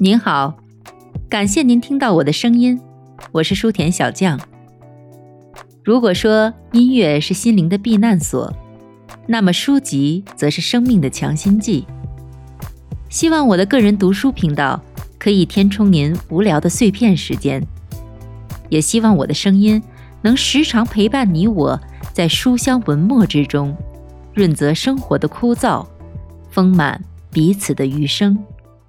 您好，感谢您听到我的声音，我是书田小将。如果说音乐是心灵的避难所，那么书籍则是生命的强心剂。希望我的个人读书频道可以填充您无聊的碎片时间，也希望我的声音能时常陪伴你我在书香文墨之中，润泽生活的枯燥，丰满彼此的余生。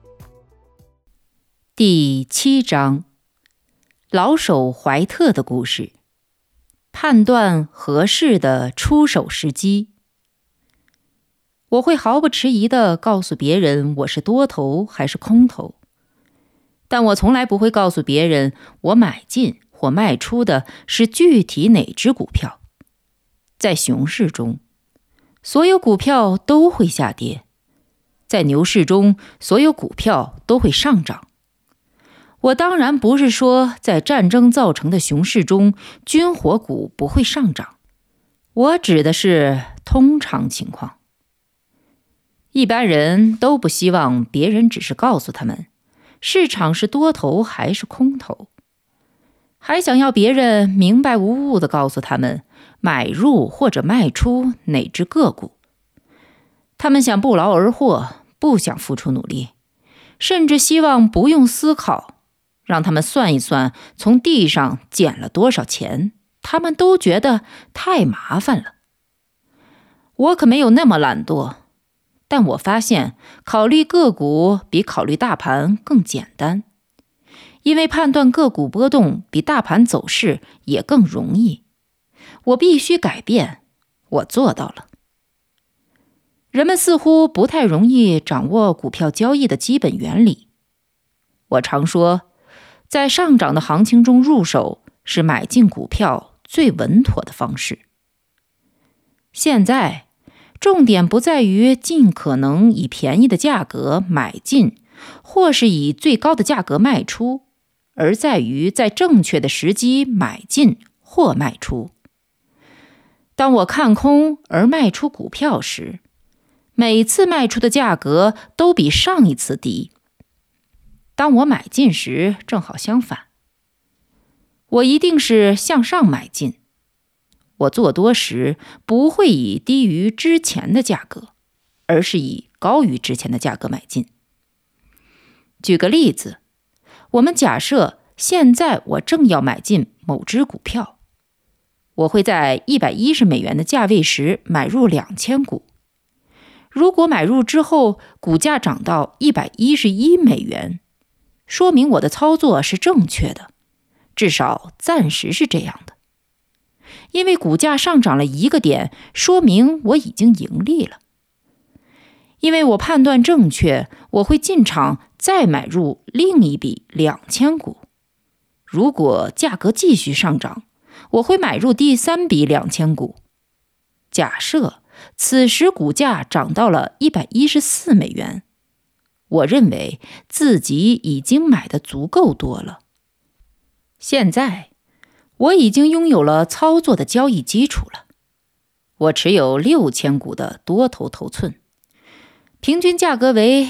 第7章，老手怀特的故事，判断合适的出手时机。我会毫不迟疑地告诉别人我是多头还是空头，但我从来不会告诉别人我买进或卖出的是具体哪只股票。在熊市中，所有股票都会下跌；在牛市中，所有股票都会上涨。我当然不是说在战争造成的熊市中，军火股不会上涨，我指的是通常情况。一般人都不希望别人只是告诉他们市场是多头还是空头，还想要别人明白无误地告诉他们买入或者卖出哪只个股。他们想不劳而获，不想付出努力，甚至希望不用思考，让他们算一算从地上捡了多少钱，他们都觉得太麻烦了。我可没有那么懒惰，但我发现考虑个股比考虑大盘更简单，因为判断个股波动比大盘走势也更容易。我必须改变，我做到了。人们似乎不太容易掌握股票交易的基本原理。我常说，在上涨的行情中入手是买进股票最稳妥的方式。现在重点不在于尽可能以便宜的价格买进，或是以最高的价格卖出，而在于在正确的时机买进或卖出。当我看空而卖出股票时，每次卖出的价格都比上一次低。当我买进时，正好相反。我一定是向上买进。我做多时不会以低于之前的价格，而是以高于之前的价格买进。举个例子，我们假设现在我正要买进某只股票，我会在110美元的价位时买入2000股。如果买入之后股价涨到111美元，说明我的操作是正确的，至少暂时是这样的。因为股价上涨了1个点，说明我已经盈利了。因为我判断正确，我会进场再买入另一笔2000股。如果价格继续上涨，我会买入第3笔2000股。假设此时股价涨到了114美元，我认为自己已经买得足够多了。现在我已经拥有了操作的交易基础了。我持有6000股的多头头寸，平均价格为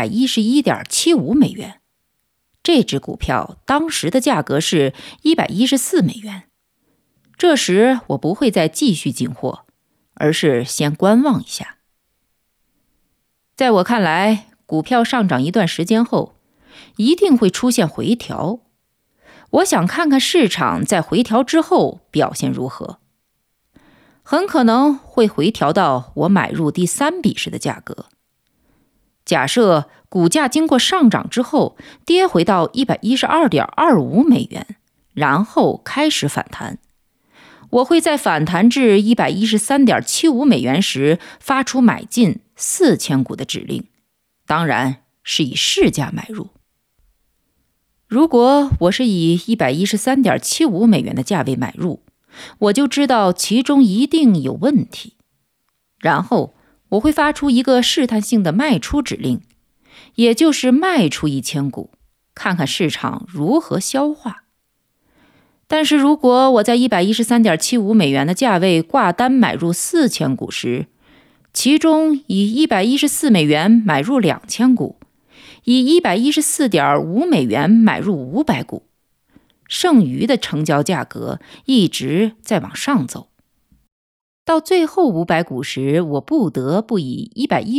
111.75美元。这只股票当时的价格是114美元。这时我不会再继续进货，而是先观望一下。在我看来，股票上涨一段时间后，一定会出现回调。我想看看市场在回调之后表现如何。很可能会回调到我买入第3笔时的价格。假设股价经过上涨之后跌回到112.25美元，然后开始反弹，我会在反弹至113.75美元时发出买进4000股的指令，当然是以市价买入。如果我是以113.75美元的价位买入，我就知道其中一定有问题。然后我会发出一个试探性的卖出指令，也就是卖出1000股，看看市场如何消化。但是如果我在113.75美元的价位挂单买入4000股时，其中以114美元买入2000股， 以$114.5买入500股，剩余的成交价格一直在往上走。到最后500股时，我不得不以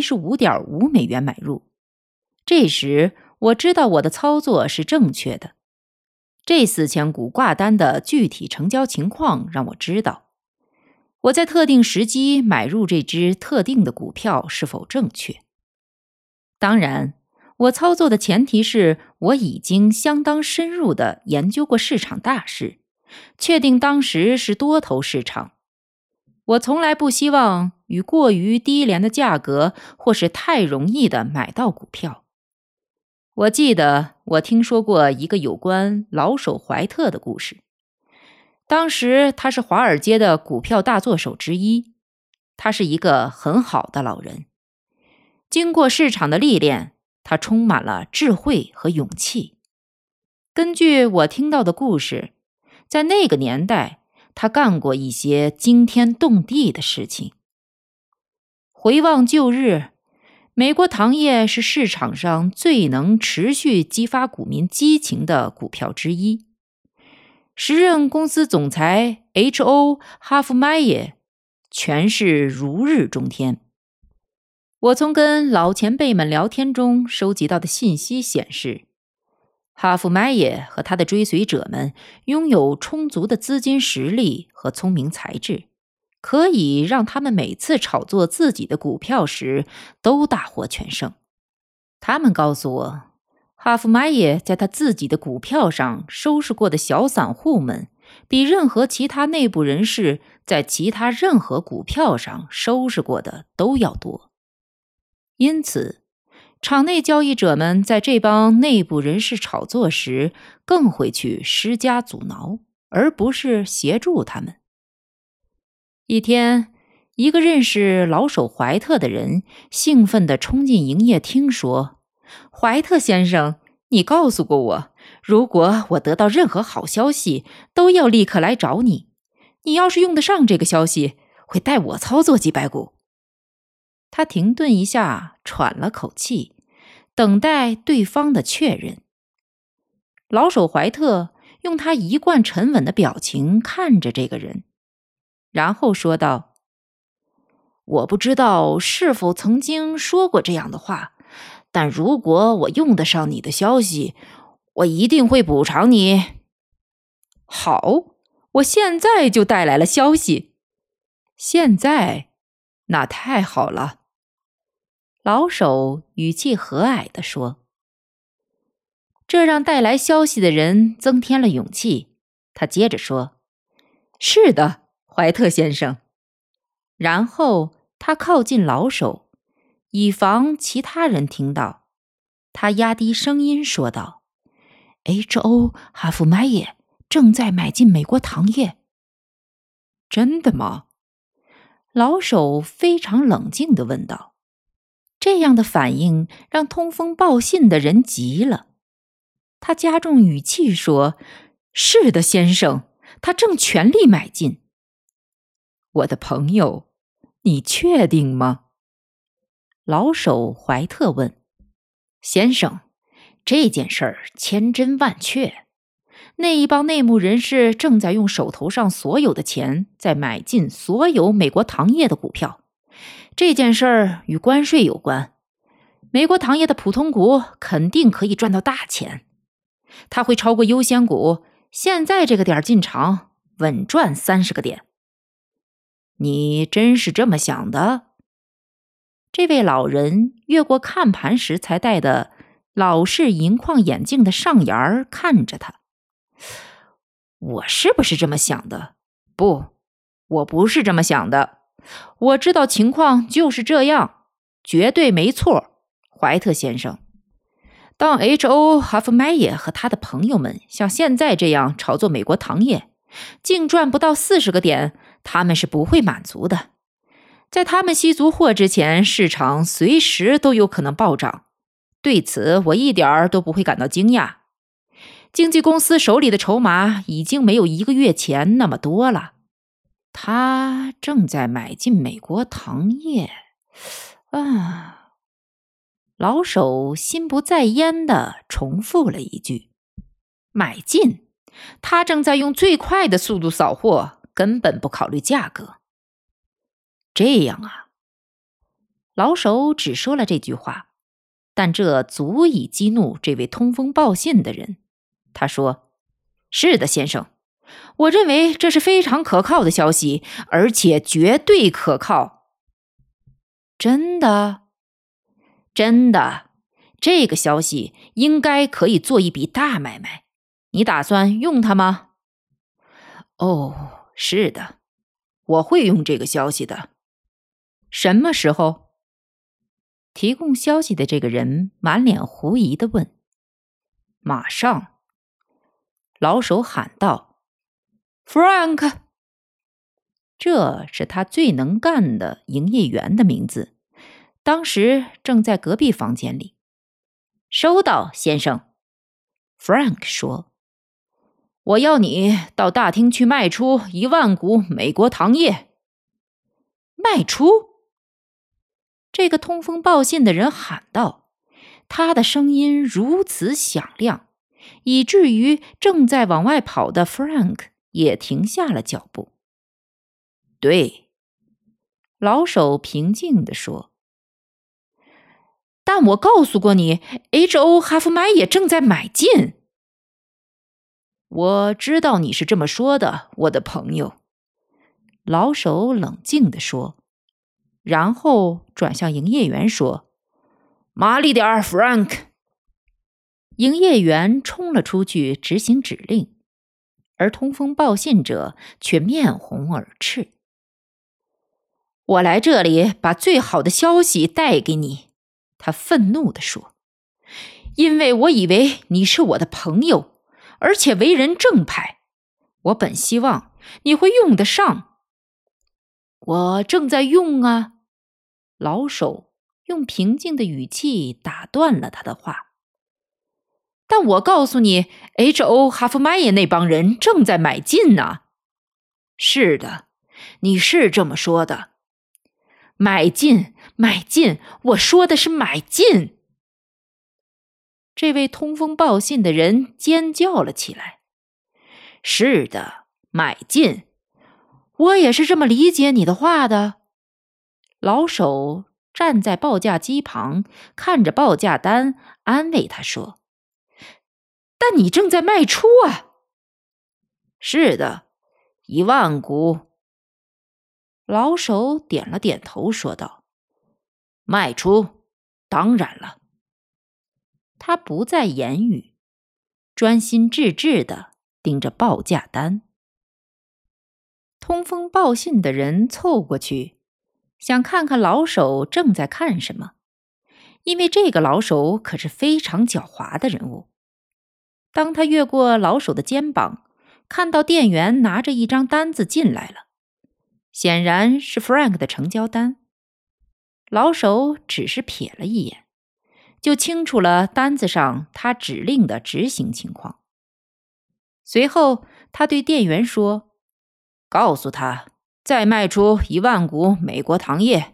$115.5买入。这时我知道我的操作是正确的。这4000股挂单的具体成交情况让我知道，我在特定时机买入这只特定的股票是否正确。当然，我操作的前提是我已经相当深入地研究过市场大势，确定当时是多头市场。我从来不希望与过于低廉的价格或是太容易地买到股票。我记得我听说过一个有关老手怀特的故事。当时他是华尔街的股票大作手之一，他是一个很好的老人。经过市场的历练，他充满了智慧和勇气。根据我听到的故事，在那个年代，他干过一些惊天动地的事情。回望旧日，美国糖业是市场上最能持续激发股民激情的股票之一。时任公司总裁 H.O. 哈夫麦耶权势如日中天。我从跟老前辈们聊天中收集到的信息显示，哈夫麦耶和他的追随者们拥有充足的资金实力和聪明才智，可以让他们每次炒作自己的股票时都大获全胜。他们告诉我，哈夫麦耶在他自己的股票上收拾过的小散户们，比任何其他内部人士在其他任何股票上收拾过的都要多。因此，场内交易者们在这帮内部人士炒作时，更会去施加阻挠，而不是协助他们。一天，一个认识老手怀特的人兴奋地冲进营业厅说：“怀特先生，你告诉过我，如果我得到任何好消息，都要立刻来找你。你要是用得上这个消息，会带我操作几百股。”他停顿一下，喘了口气，等待对方的确认。老手怀特用他一贯沉稳的表情看着这个人，然后说道：“我不知道是否曾经说过这样的话，但如果我用得上你的消息，我一定会补偿你。”好，我现在就带来了消息。现在？那太好了。老手语气和蔼地说。这让带来消息的人增添了勇气。他接着说：“是的，怀特先生。”然后他靠近老手，以防其他人听到。他压低声音说道：“ H.O. 哈夫麦耶正在买进美国糖业。”真的吗？老手非常冷静地问道。这样的反应让通风报信的人急了。他加重语气说：“是的，先生，他正全力买进。”我的朋友，你确定吗？老手怀特问。先生，这件事儿千真万确。那一帮内幕人士正在用手头上所有的钱在买进所有美国糖业的股票。这件事儿与关税有关。美国糖业的普通股肯定可以赚到大钱。它会超过优先股，现在这个点进场，稳赚30个点。你真是这么想的？这位老人越过看盘时才戴的老式银框眼镜的上沿儿看着他。我是不是这么想的？不，我不是这么想的。我知道情况就是这样，绝对没错，怀特先生。当 H.O. 哈夫麦耶和他的朋友们像现在这样炒作美国糖业，净赚不到40个点，他们是不会满足的。在他们吸足货之前，市场随时都有可能暴涨。对此，我一点儿都不会感到惊讶。经纪公司手里的筹码已经没有1个月前那么多了。他正在买进美国糖业啊。 老手心不在焉地重复了一句：“买进，他正在用最快的速度扫货，根本不考虑价格。”这样啊，老手只说了这句话，但这足以激怒这位通风报信的人。他说：“是的，先生，我认为这是非常可靠的消息，而且绝对可靠。”真的？真的，这个消息应该可以做一笔大买卖。你打算用它吗？哦，是的，我会用这个消息的。什么时候？提供消息的这个人满脸狐疑地问。马上，老手喊道。Frank， 这是他最能干的营业员的名字，当时正在隔壁房间里。收到，先生。Frank 说，我要你到大厅去卖出10000股美国糖业。卖出？这个通风报信的人喊道，他的声音如此响亮，以至于正在往外跑的 Frank 也停下了脚步。对，老手平静地说，但我告诉过你 ，H.O. 哈弗买也正在买进。我知道你是这么说的，我的朋友。老手冷静地说，然后转向营业员说，麻利点儿 ，Frank。营业员冲了出去执行指令，而通风报信者却面红耳赤。我来这里把最好的消息带给你，他愤怒地说，因为我以为你是我的朋友，而且为人正派，我本希望你会用得上。我正在用啊，老手用平静的语气打断了他的话。但我告诉你 ，H.O. 哈弗麦耶那帮人正在买进呢。是的，你是这么说的。买进，买进，我说的是买进。这位通风报信的人尖叫了起来。是的，买进，我也是这么理解你的话的。老手站在报价机旁，看着报价单，安慰他说，但你正在卖出啊。是的，10000股。老手点了点头说道，卖出，当然了。他不再言语，专心致志地盯着报价单。通风报信的人凑过去，想看看老手正在看什么，因为这个老手可是非常狡猾的人物。当他越过老手的肩膀，看到店员拿着一张单子进来了，显然是 Frank 的成交单。老手只是瞥了一眼，就清楚了单子上他指令的执行情况。随后他对店员说，告诉他再卖出10000股美国糖业。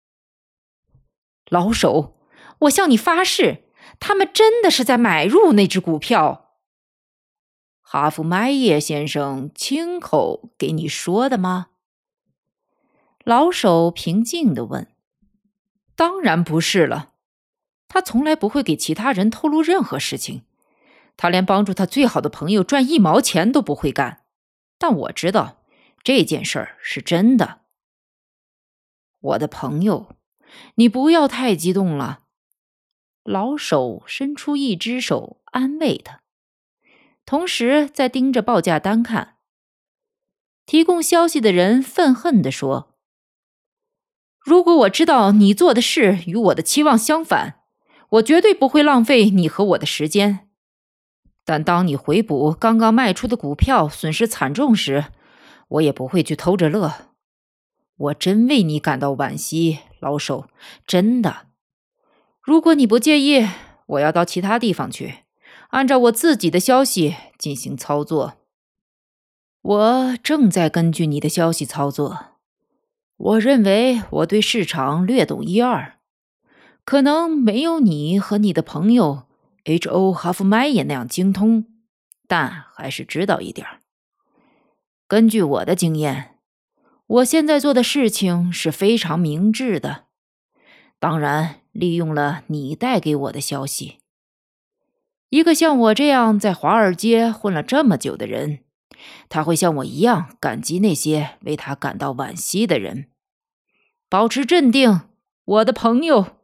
老手，我向你发誓，他们真的是在买入那只股票。哈弗麦耶先生亲口给你说的吗？老手平静地问。当然不是了，他从来不会给其他人透露任何事情，他连帮助他最好的朋友赚1毛钱都不会干。但我知道这件事儿是真的。我的朋友，你不要太激动了。老手伸出一只手安慰他，同时在盯着报价单看。提供消息的人愤恨地说，如果我知道你做的事与我的期望相反，我绝对不会浪费你和我的时间。但当你回补刚刚卖出的股票损失惨重时，我也不会去偷着乐。我真为你感到惋惜，老手，真的。如果你不介意，我要到其他地方去，按照我自己的消息进行操作。我正在根据你的消息操作。我认为我对市场略懂一二。 可能没有你和你的朋友 H.O. 哈夫麦耶那样精通，但还是知道一点。根据我的经验，我现在做的事情是非常明智的，当然利用了你带给我的消息。一个像我这样在华尔街混了这么久的人，他会像我一样感激那些为他感到惋惜的人。保持镇定，我的朋友。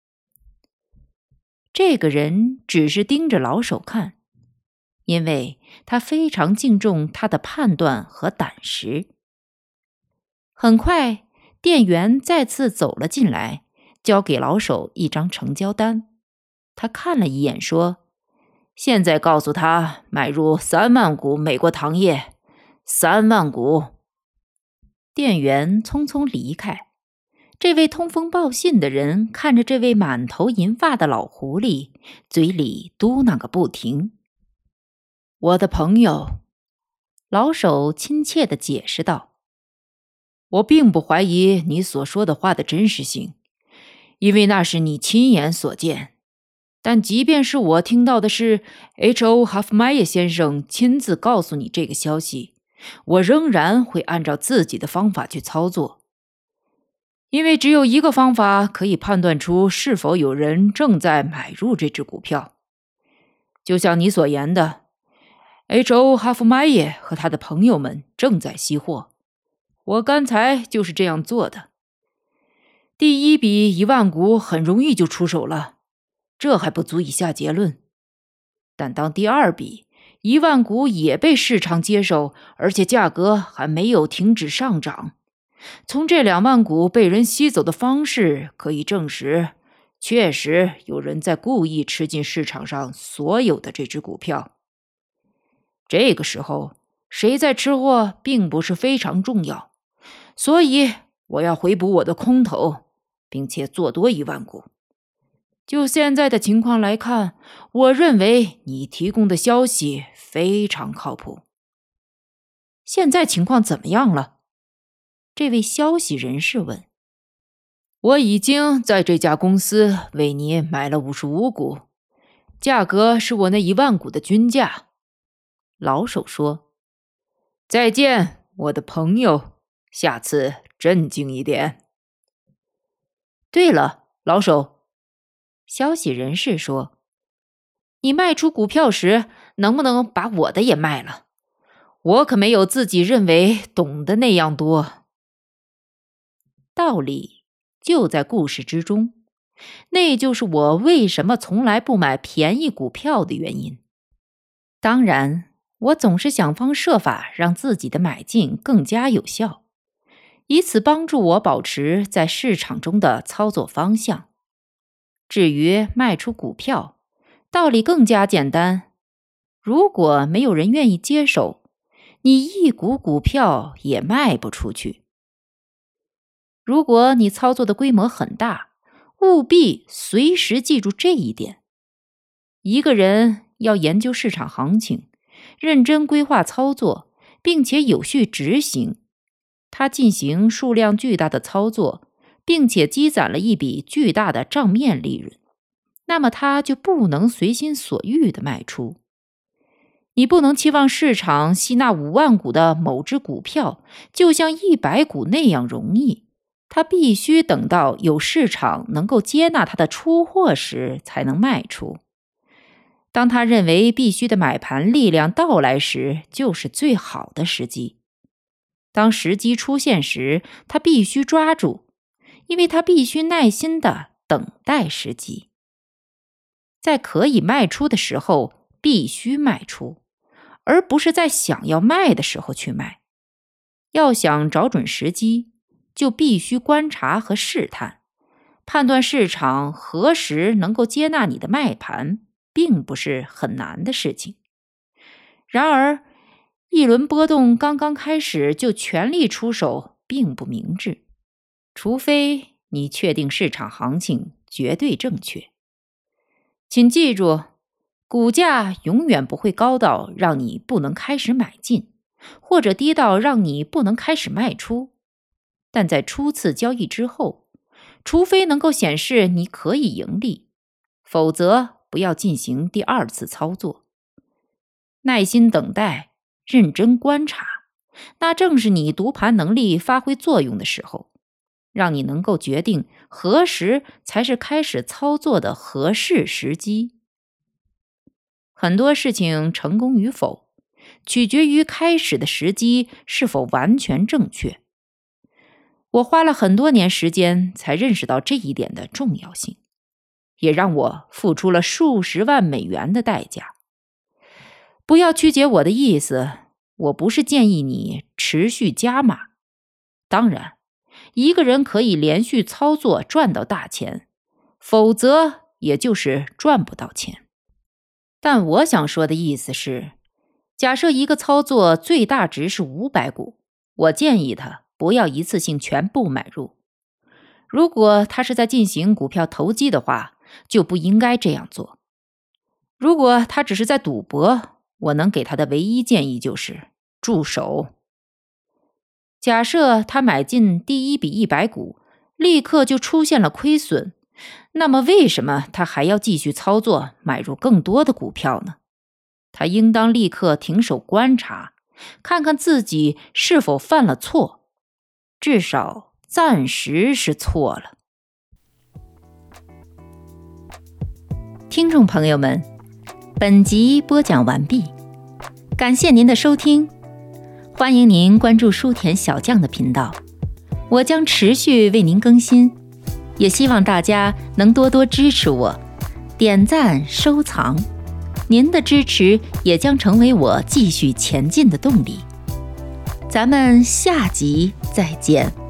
这个人只是盯着老手看，因为他非常敬重他的判断和胆识。很快，店员再次走了进来，交给老手一张成交单。他看了一眼，说：“现在告诉他买入3万股美国糖业，3万股。”店员匆匆离开。这位通风报信的人看着这位满头银发的老狐狸，嘴里嘟囔个不停。“我的朋友。”老手亲切地解释道，“我并不怀疑你所说的话的真实性，因为那是你亲眼所见。但即便是我听到的是 H.O. 哈夫麦耶先生亲自告诉你这个消息，我仍然会按照自己的方法去操作。因为只有一个方法可以判断出是否有人正在买入这只股票。就像你所言的 ，H.O. 哈夫麦耶和他的朋友们正在吸货。我刚才就是这样做的。第一笔1万股很容易就出手了，这还不足以下结论。但当第二笔1万股也被市场接受，而且价格还没有停止上涨，从这2万股被人吸走的方式可以证实，确实有人在故意吃进市场上所有的这只股票。这个时候，谁在吃货并不是非常重要，所以我要回补我的空头，并且做多1万股。就现在的情况来看，我认为你提供的消息非常靠谱。现在情况怎么样了？这位消息人士问。我已经在这家公司为你买了55股，价格是我那1万股的均价。老手说。再见，我的朋友，下次镇静一点。对了，老手，消息人士说，你卖出股票时能不能把我的也卖了？我可没有自己认为懂得那样多。道理就在故事之中，那就是我为什么从来不买便宜股票的原因。当然，我总是想方设法让自己的买进更加有效，以此帮助我保持在市场中的操作方向。至于卖出股票，道理更加简单。如果没有人愿意接手，你一股股票也卖不出去。如果你操作的规模很大，务必随时记住这一点。一个人要研究市场行情，认真规划操作，并且有序执行。他进行数量巨大的操作，并且积攒了一笔巨大的账面利润，那么他就不能随心所欲地卖出。你不能期望市场吸纳5万股的某只股票，就像100股那样容易。他必须等到有市场能够接纳他的出货时才能卖出。当他认为必须的买盘力量到来时，就是最好的时机。当时机出现时，他必须抓住，因为他必须耐心地等待时机。在可以卖出的时候必须卖出，而不是在想要卖的时候去卖。要想找准时机，就必须观察和试探，判断市场何时能够接纳你的卖盘，并不是很难的事情。然而，一轮波动刚刚开始就全力出手，并不明智，除非你确定市场行情绝对正确。请记住，股价永远不会高到让你不能开始买进，或者低到让你不能开始卖出。但在初次交易之后， 除非能够显示你可以盈利，否则不要进行第二次操作。耐心等待，认真观察，那正是你读盘能力发挥作用的时候，让你能够决定何时才是开始操作的合适时机。很多事情成功与否，取决于开始的时机是否完全正确。我花了很多年时间才认识到这一点的重要性，也让我付出了数十万美元的代价。不要曲解我的意思，我不是建议你持续加码。当然，一个人可以连续操作赚到大钱，否则也就是赚不到钱。但我想说的意思是，假设一个操作最大值是500股，我建议他不要一次性全部买入。如果他是在进行股票投机的话，就不应该这样做。如果他只是在赌博，我能给他的唯一建议就是住手。假设他买进第一笔100股，立刻就出现了亏损，那么为什么他还要继续操作，买入更多的股票呢？他应当立刻停手观察，看看自己是否犯了错，至少暂时是错了。听众朋友们，本集播讲完毕，感谢您的收听，欢迎您关注书田小将的频道，我将持续为您更新，也希望大家能多多支持我，点赞收藏，您的支持也将成为我继续前进的动力。咱们下集再见。